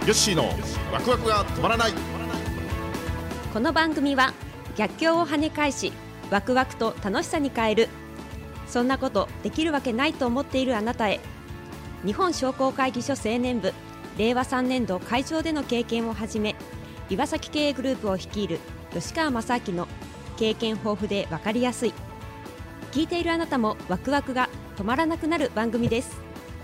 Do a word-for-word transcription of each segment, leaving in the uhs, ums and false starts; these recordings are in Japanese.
ヨッシーのワクワクが止まらない。 この番組は逆境を跳ね返しワクワクと楽しさに変える、そんなことできるわけないと思っているあなたへ、日本商工会議所青年部れいわさんねん度会長での経験をはじめ、岩崎経営グループを率いる吉川正明の経験豊富で分かりやすい、聞いているあなたもワクワクが止まらなくなる番組です。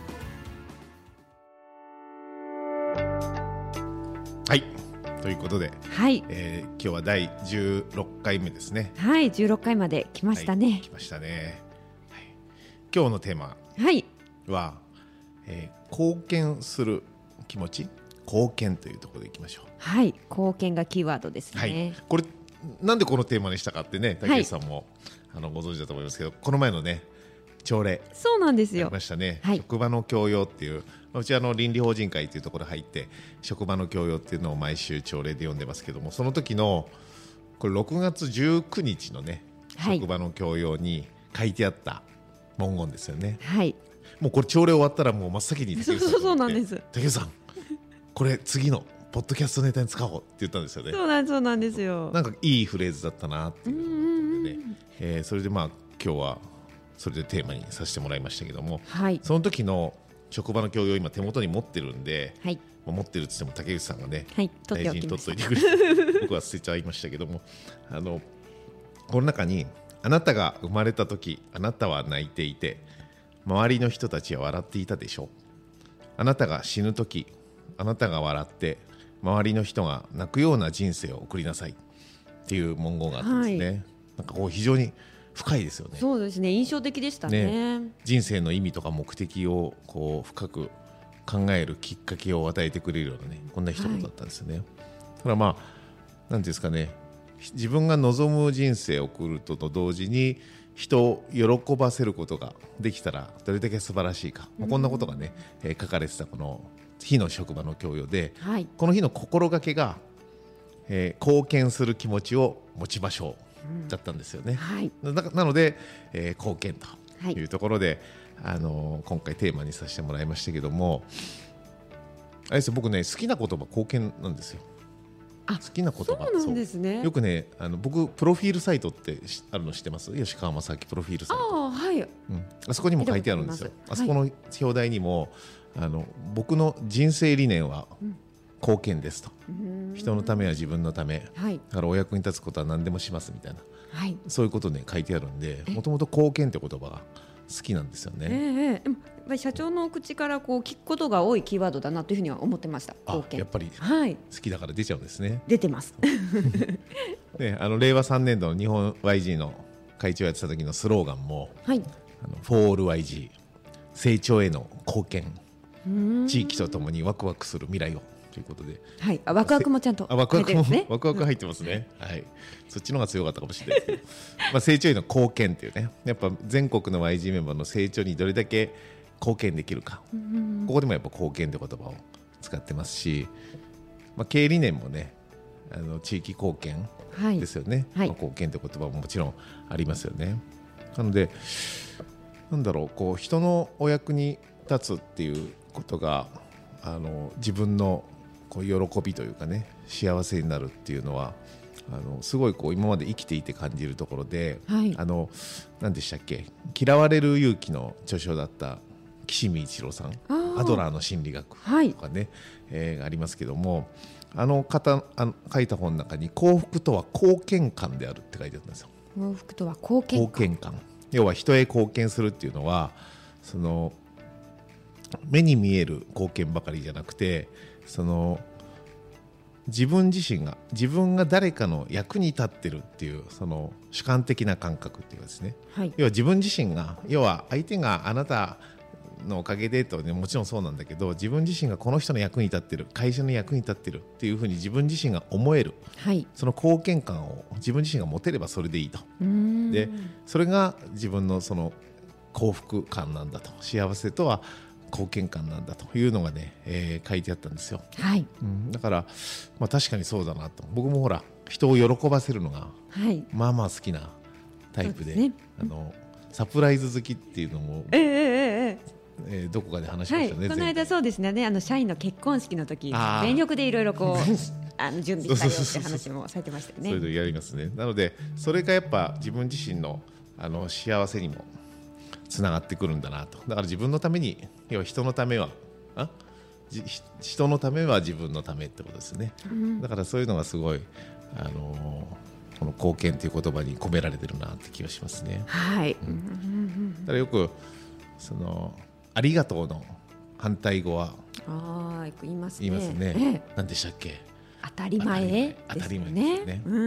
はい、ということで、 はいえー、今日はだいじゅうろっかいめですね。 はい、じゅうろっかいまで来ましたね。 はい、来ましたね、はい、今日のテーマは、はいえー、貢献する気持ち、貢献というところでいきましょう。 はい、貢献がキーワードですね。 はい、これなんでこのテーマにしたかってね、竹内さんも、はい、あのご存知だと思いますけど、この前のね朝礼、 そうなんですよ、 ありましたね、 はい、 職場の教養っていう、うちはあの倫理法人会というところに入って職場の教養っていうのを毎週朝礼で読んでますけども、その時のこれろくがつじゅうくにちのね、はい、職場の教養に書いてあった文言ですよね。 はい、 もうこれ朝礼終わったらもう真っ先に竹内さんとそうなんです。 竹内さんこれ次のポッドキャストネタに使おうって言ったんですよね。 そうなんそうなんですよ。 なんかいいフレーズだったなっていうので、ねえー、それでまあ今日はそれでテーマにさせてもらいましたけども、はい、その時の職場の教養を今手元に持ってるんで、はい、持ってるって言っても竹内さんがね、はい、大事に取っといてくれて僕は捨てちゃいましたけども、あのこの中にあなたが生まれた時あなたは泣いていて周りの人たちは笑っていたでしょう。あなたが死ぬ時あなたが笑って周りの人が泣くような人生を送りなさいっていう文言があってですね、はい、なんかこう非常に深いですよね。 そうですね、印象的でした ね, ね人生の意味とか目的をこう深く考えるきっかけを与えてくれるようなね、こんな一言だったんですよね。はい、ただまあなんていうんですかね、自分が望む人生を送るとと同時に人を喜ばせることができたらどれだけ素晴らしいか、うん、こんなことがね、えー、書かれてたこの日の職場の教養で、はい、この日の心がけが、えー、貢献する気持ちを持ちましょうだったんですよね。はい、な, なので、えー、貢献というところで、はい、あのー、今回テーマにさせてもらいましたけども、あれですよ、僕ね好きな言葉貢献なんですよ。あ、好きな言葉、 そうなんですね。 よくね、あの僕プロフィールサイトってあるの知ってます？吉川正明プロフィールサイト。 あ、はい、うん、 あそこにも書いてあるんですよ。あそこの表題にも、はい、あの僕の人生理念は貢献ですと、うん、人のためは自分のため、はい、だからお役に立つことは何でもしますみたいな、はい、そういうことね書いてあるんで、もともと貢献って言葉が好きなんですよね。えー、でも社長の口からこう聞くことが多いキーワードだなというふうには思ってました。貢献、 あ、やっぱり好きだから出ちゃうんですね。はい、 出てますね、あのれいわさんねん度の日本 ワイジー の会長やってた時のスローガンも、はい、あの フォーオールワイジー 成長への貢献、地域とともにワクワクする未来をということで、 はい、あ、ワクワクもちゃんと入ってますね。ワクワク入ってますね。はい、そっちの方が強かったかもしれないですけどまあ成長への貢献っていうね、やっぱ全国の ワイジー メンバーの成長にどれだけ貢献できるか、ここでもやっぱ貢献って言葉を使ってますし、まあ、経営理念もね、あの地域貢献ですよね。はい、まあ、貢献って言葉ももちろんありますよね。なのでなんだろう、こう人のお役に立つっていうことがあの自分のこう喜びというかね、幸せになるっていうのはあのすごいこう今まで生きていて感じるところで、はい、あの何でしたっけ、嫌われる勇気の著書だった岸見一郎さん、アドラーの心理学とかね、はい、えー、ありますけども、あの方あの書いた本の中に幸福とは貢献感であるって書いてあるんですよ。 幸福とは貢献感、 貢献感、要は人へ貢献するっていうのはその目に見える貢献ばかりじゃなくて、その自分自身が自分が誰かの役に立ってるっていうその主観的な感覚っていうかですね、はい、要は自分自身が、要は相手があなたのおかげでと、ね、もちろんそうなんだけど、自分自身がこの人の役に立ってる、会社の役に立ってるっていうふうに自分自身が思える、はい、その貢献感を自分自身が持てればそれでいいと。でそれが自分のその幸福感なんだと、幸せとは貢献感なんだというのがね、えー、書いてあったんですよ。はい、うん、だから、まあ、確かにそうだなと。僕もほら人を喜ばせるのが、はい、まあまあ好きなタイプ で, で、ね、あのサプライズ好きっていうのも、えーえー、 えー、どこかで話しましたね、 はい、この間そうですね、あの社員の結婚式の時全力でいろいろこうあの準備したよって話もされてましたよね。 そういうのやりますね。なのでそれがやっぱ自分自身のあの幸せにもつながってくるんだなと。だから自分のために、要は人のためはあじ人のためは自分のためってことですね、うん、だからそういうのがすごい、あのー、この貢献という言葉に込められてるなって気がしますね。 はい、うん、 だからよくそのありがとうの反対語はあよく言いますね。 言いますね、ええ、何でしたっけ。 当たり前当たり前ですね。 うん、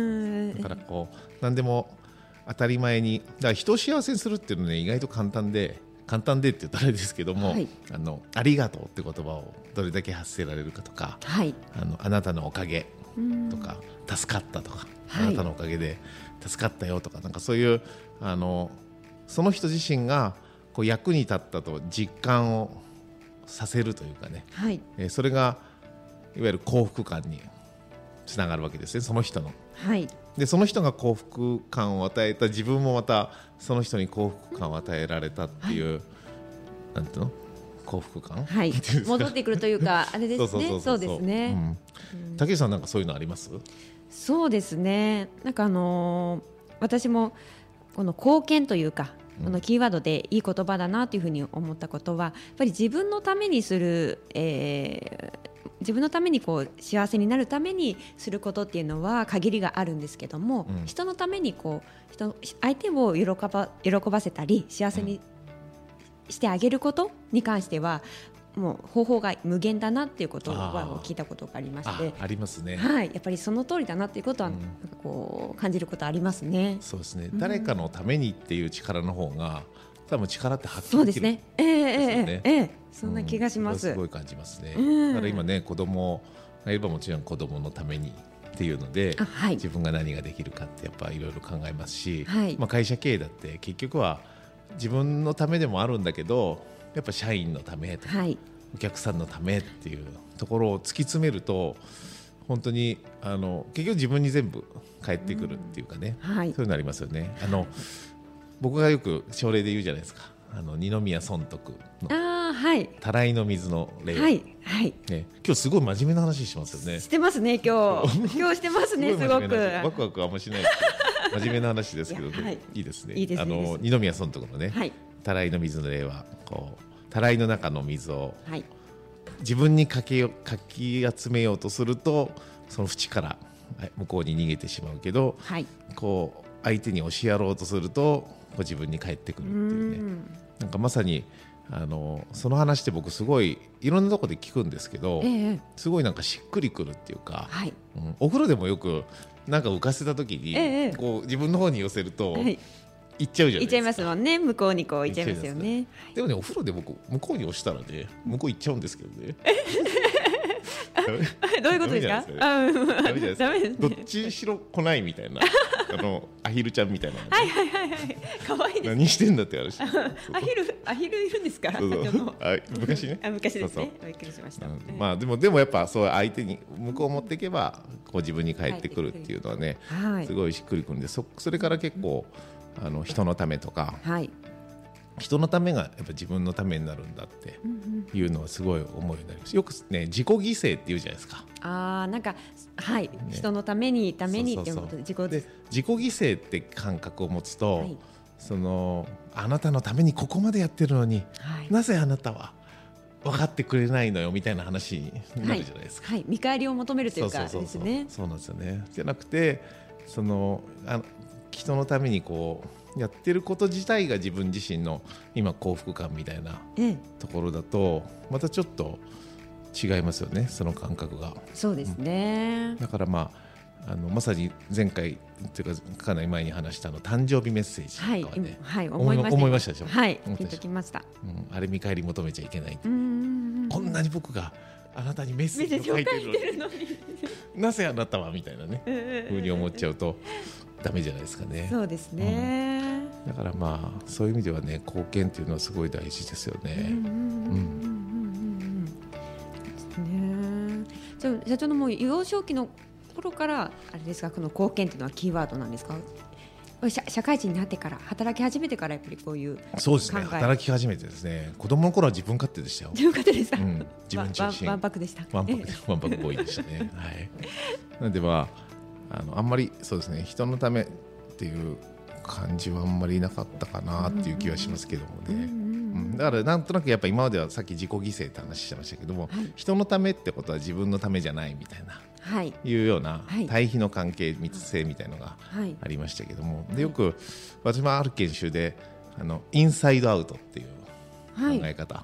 だからこう何でも当たり前に、だから人を幸せにするっていうのは、ね、意外と簡単で簡単でって言ったらあれですけども、はい、あのありがとうって言葉をどれだけ発せられるかとか、はい、あのあなたのおかげとか助かったとか、はい、あなたのおかげで助かったよとか、なんかそういうあのその人自身がこう役に立ったと実感をさせるというかね、はい、えー、それがいわゆる幸福感につながるわけですね、その人の。はい、でその人が幸福感を与えた自分もまたその人に幸福感を与えられたっていう、はい、なんていうの幸福感、 はい、戻ってくるというかあれですね。そうですね。 竹内さんなんかそういうのあります？ そうですね、なんかあのー、私もこの貢献というかこのキーワードでいい言葉だなというふうに思ったことは、やっぱり自分のためにする、えー自分のためにこう幸せになるためにすることっていうのは限りがあるんですけども、うん、人のためにこう人相手を喜ば、喜ばせたり幸せにしてあげることに関してはもう方法が無限だなっていうことは聞いたことがありまして。 あ, ありますね、 はい、やっぱりその通りだなっていうことはなんかこう感じることありますね。 そうですね、うん、誰かのためにっていう力の方が多分力って発揮できる。そうですね、 えーえーえー、そんな気がします、 うん、すごい感じますね、うん、だから今ね子供がいればもちろん子供のためにっていうので、はい、自分が何ができるかってやっぱいろいろ考えますし、はい、まあ、会社経営だって結局は自分のためでもあるんだけどやっぱ社員のためとか、はい、お客さんのためっていうところを突き詰めると本当にあの結局自分に全部返ってくるっていうかね、うん、はい、そういうのありますよね。あの僕がよく朝礼で言うじゃないですか、あの二宮尊徳のたらいの水の例、はいはいね、今日すごい真面目な話してますよね。 してますね今日今日してますね。すごくワクワクあんましない真面目な話ですけど、い, はい、いいですね。いいですね。あの二宮尊徳のね、はい、たらいの水の例はこうたらいの中の水を、はい、自分にかけよかき集めようとするとその縁から向こうに逃げてしまうけど、はい、こう相手に押しやろうとするとこう自分に返ってくるっていうね、うん、なんかまさにあのその話って僕すごいいろんなところで聞くんですけど、ええ、すごいなんかしっくりくるっていうか、はい、うん、お風呂でもよくなんか浮かせた時に、ええ、こう自分の方に寄せると、はい、行っちゃうじゃないですか。 行っちゃいますもんね、向こうにこう行っちゃいますよね。 でもねお風呂で僕向こうに押したらね向こう行っちゃうんですけどねどういうことですか？ダメですね。 どっちしろ来ないみたいなあのアヒルちゃんみたいな、ね、 はいはいはいはい可愛いです、ね、 何してんだって話。 アヒルアヒルいるんですか？そうそうあ昔ねあ昔ですね。びっくりしました、うん、 まあでもでもやっぱそう相手に向こう持っていけばこう自分に返ってくるっていうのはね、はい、すごいしっくりくるんで そ, それから結構あの人のためとか、はい、人のためがやっぱ自分のためになるんだっていうのはすごい思うようになります。よくね自己犠牲って言うじゃないですか。 あなんかはい、ね、人のためにためにっていうことで自己で自己犠牲って感覚を持つと、はい、そのあなたのためにここまでやってるのに、はい、なぜあなたは分かってくれないのよみたいな話になるじゃないですか、 はいはい、見返りを求めるというかですね。 そうなんですよね。じゃなくてそのあの人のためにこうやってること自体が自分自身の今幸福感みたいなところだとまたちょっと違いますよね、その感覚が。 そうですね、 うん、だからまああのまさに前回というかかなり前に話したの誕生日メッセージとかはね、 はいはい、思いました。 思いましたでしょ。 はい聞いてきました、 うん、あれ見返り求めちゃいけない。うんこんなに僕があなたにメッセージを書いてるのになぜあなたはみたいなねふうに思っちゃうとダメじゃないですかね。 そうですね、 うん、だからまあそういう意味ではね貢献っていうのはすごい大事ですよね。 じゃあ社長のもう幼少期の頃からあれですか、この貢献っていうのはキーワードなんですか？ 社, 社会人になってから働き始めてからやっぱりこういうそうですね、働き始めてですね、子供の頃は自分勝手でしたよ。 自分勝手でした、うん、 自分中心、 わんぱくでした。 わんぱくわんぱくボーイでしたね、はい、なんでまあ、あのあんまりそうですね、人のためっていう感じはあんまりなかったかなっていう気はしますけどもね、うんうんうん、だからなんとなくやっぱ今まではさっき自己犠牲って話してましたけども、はい、人のためってことは自分のためじゃないみたいな、はい、いうような対比の関係密性みたいのがありましたけども、はい、でよく私もある研修であのインサイドアウトっていう考え方、はい、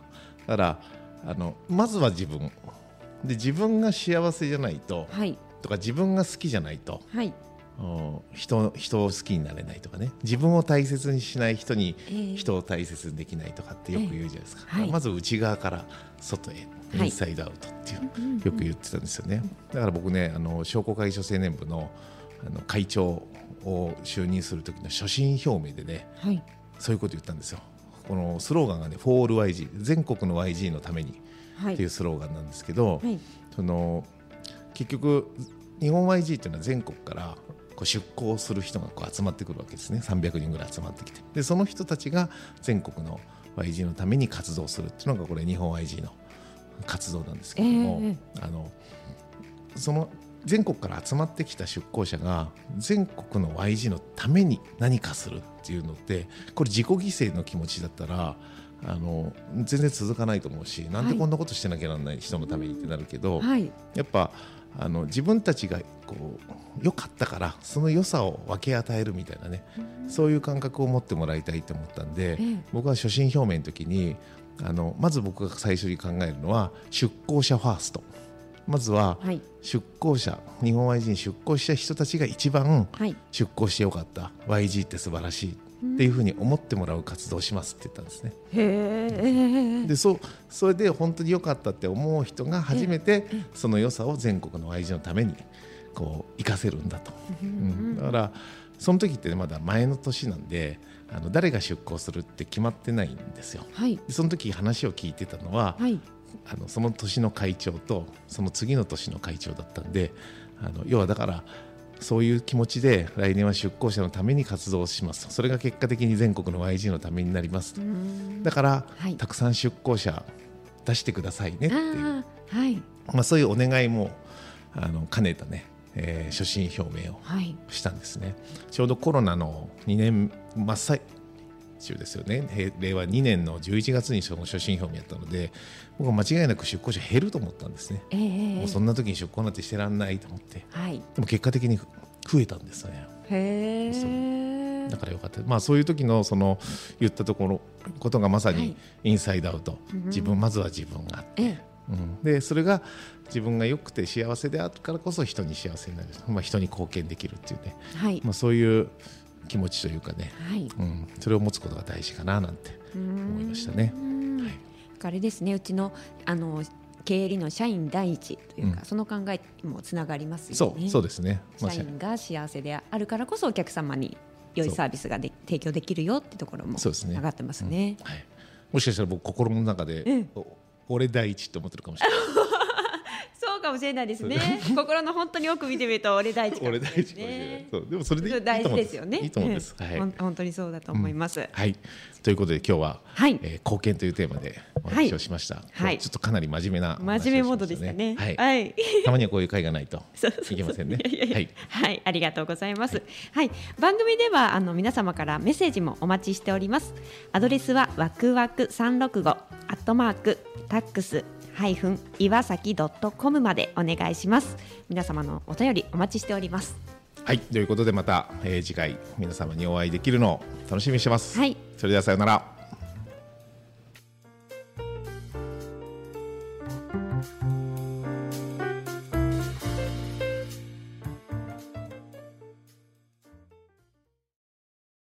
だからあのまずは自分で、自分が幸せじゃないと、はい、とか自分が好きじゃないと、はい、人, 人を好きになれないとかね、自分を大切にしない人に人を大切にできないとかってよく言うじゃないですか、えーはい、まず内側から外へ、インサイドアウトっていう、はい、よく言ってたんですよね。だから僕ね、あの商工会議所青年部 の, あの会長を就任する時の所信表明でね、はい、そういうこと言ったんですよ。このスローガンがね フォールワイジー 全国の ワイジー のためにっていうスローガンなんですけど、はい、その結局日本 ワイジー っていうのは全国からこう出向する人がこう集まってくるわけですね。さんびゃくにんぐらい集まってきて、でその人たちが全国の ワイジー のために活動するっていうのがこれ日本 ワイジー の活動なんですけども、えー、あのその全国から集まってきた出向者が全国の ワイジー のために何かするっていうのって、これ自己犠牲の気持ちだったらあの全然続かないと思うし、なんでこんなことしてなきゃならない人のためにってなるけど、はい、やっぱあの自分たちがこう良かったからその良さを分け与えるみたいなね、そういう感覚を持ってもらいたいと思ったんで、ええ、僕は所信表明の時にあのまず僕が最初に考えるのは出向者ファースト、まずは出向者、はい、日本 ワイジー に出向した人たちが一番出向してよかった、はい、ワイジー って素晴らしいっていうふうに思ってもらう活動をしますって言ったんですね。へで そ, それで本当に良かったって思う人が初めてその良さを全国の ワイジー のためにこう活かせるんだと、うん、だからその時ってまだ前の年なんで、あの誰が出向するって決まってないんですよ、はい、でその時話を聞いてたのは、はい、あのその年の会長とその次の年の会長だったんで、あの要はだからそういう気持ちで来年は出向者のために活動します、それが結果的に全国の ワイジー のためになります、だから、はい、たくさん出向者出してくださいねっていう、はい、まあ、そういうお願いもあの兼ねたね、えー、所信表明をしたんですね、はい、ちょうどコロナのにねん真っ最中ですよね。れいわにねんのじゅういちがつにその所信表明やったので、僕は間違いなく出向者減ると思ったんですね、えー、もうそんな時に出向なんてしてらんないと思って、はい、でも結果的に増えたんですよね。へー、だからよかった、まあ、そういう時のその言ったところことがまさにインサイドアウト、はい、自分まずは自分があって、えーうん、でそれが自分が良くて幸せであるからこそ人に幸せになる、まあ、人に貢献できるっていうね、はい、まあ、そういう気持ちというかね、はい、うん、それを持つことが大事かななんて思いましたね。はい、あれですね、 うちのあの経営理の社員第一というか、うん、その考えもつながりますよね。 そうそうですね、 社員が幸せであるからこそお客様に良いサービスがで提供できるよってところも上がってますね。 うん、はい、もしかしたら僕心の中で、うん、俺第一って思ってるかもしれないそうかもしれないですね心の本当によく見てみると俺第一かもしれないですね。 そうでもそれでいいと思うんです。大事ですよね。いいと思うんです、はい、 本当にそうだと思います、うん、 はい、ということで今日は、はい、えー、貢献というテーマでお話をしました、はい、ちょっとかなり真面目な話をしましたね。 真面目モードでしたね、 はいはい、たまにはこういう会がないといけませんね。はい、 はい、ありがとうございます、はいはい、番組ではあの皆様からメッセージもお待ちしております。アドレスはワクワクさんろくごアットマークタックス岩崎 .com までお願いします。皆様のお便りお待ちしております。 はい、ということでまた、えー、次回皆様にお会いできるのを楽しみにしてます、はい、それではさようなら。